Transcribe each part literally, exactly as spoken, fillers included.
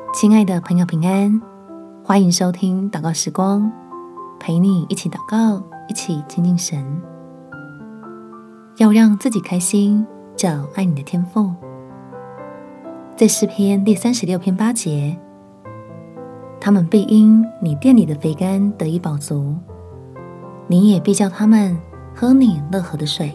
亲爱的朋友平安，欢迎收听祷告时光，陪你一起祷告，一起亲近神。要让自己开心，找爱你的天父。在诗篇第三十六篇八节，他们必因你殿里的肥甘得以饱足，你也必叫他们喝你乐河的水。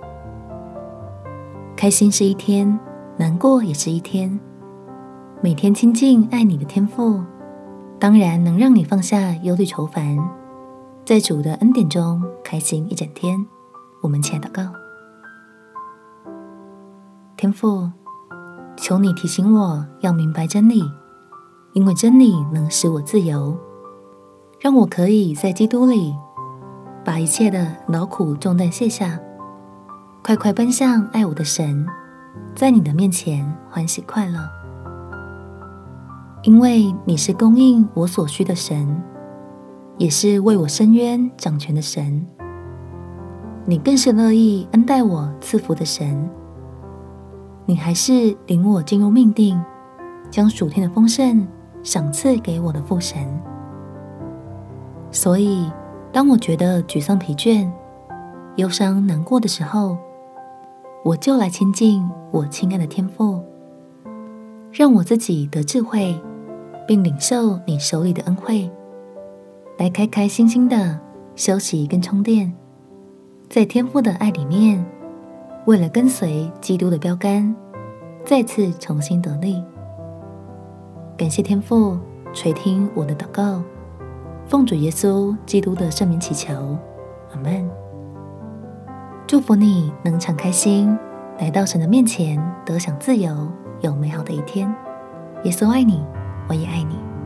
开心是一天，难过也是一天。每天亲近爱你的天父，当然能让你放下忧虑愁烦，在主的恩典中开心一整天。我们且祷告。天父，求你提醒我要明白真理，因为真理能使我自由，让我可以在基督里把一切的劳苦重担卸下，快快奔向爱我的神，在你的面前欢喜快乐。因为你是供应我所需的神，也是为我伸冤掌权的神，你更是乐意恩待我赐福的神。你还是领我进入命定，将属天的丰盛赏赐给我的父神。所以当我觉得沮丧疲倦、忧伤难过的时候，我就来亲近我亲爱的天父，让我自己得智慧，并领受你手里的恩惠，来开开心心的休息跟充电，在天父的爱里面，为了跟随基督的标杆，再次重新得力。感谢天父垂听我的祷告，奉主耶稣基督的圣名祈求，阿们。祝福你能敞开心，来到神的面前，得享自由，有美好的一天。耶稣爱你，我也爱你。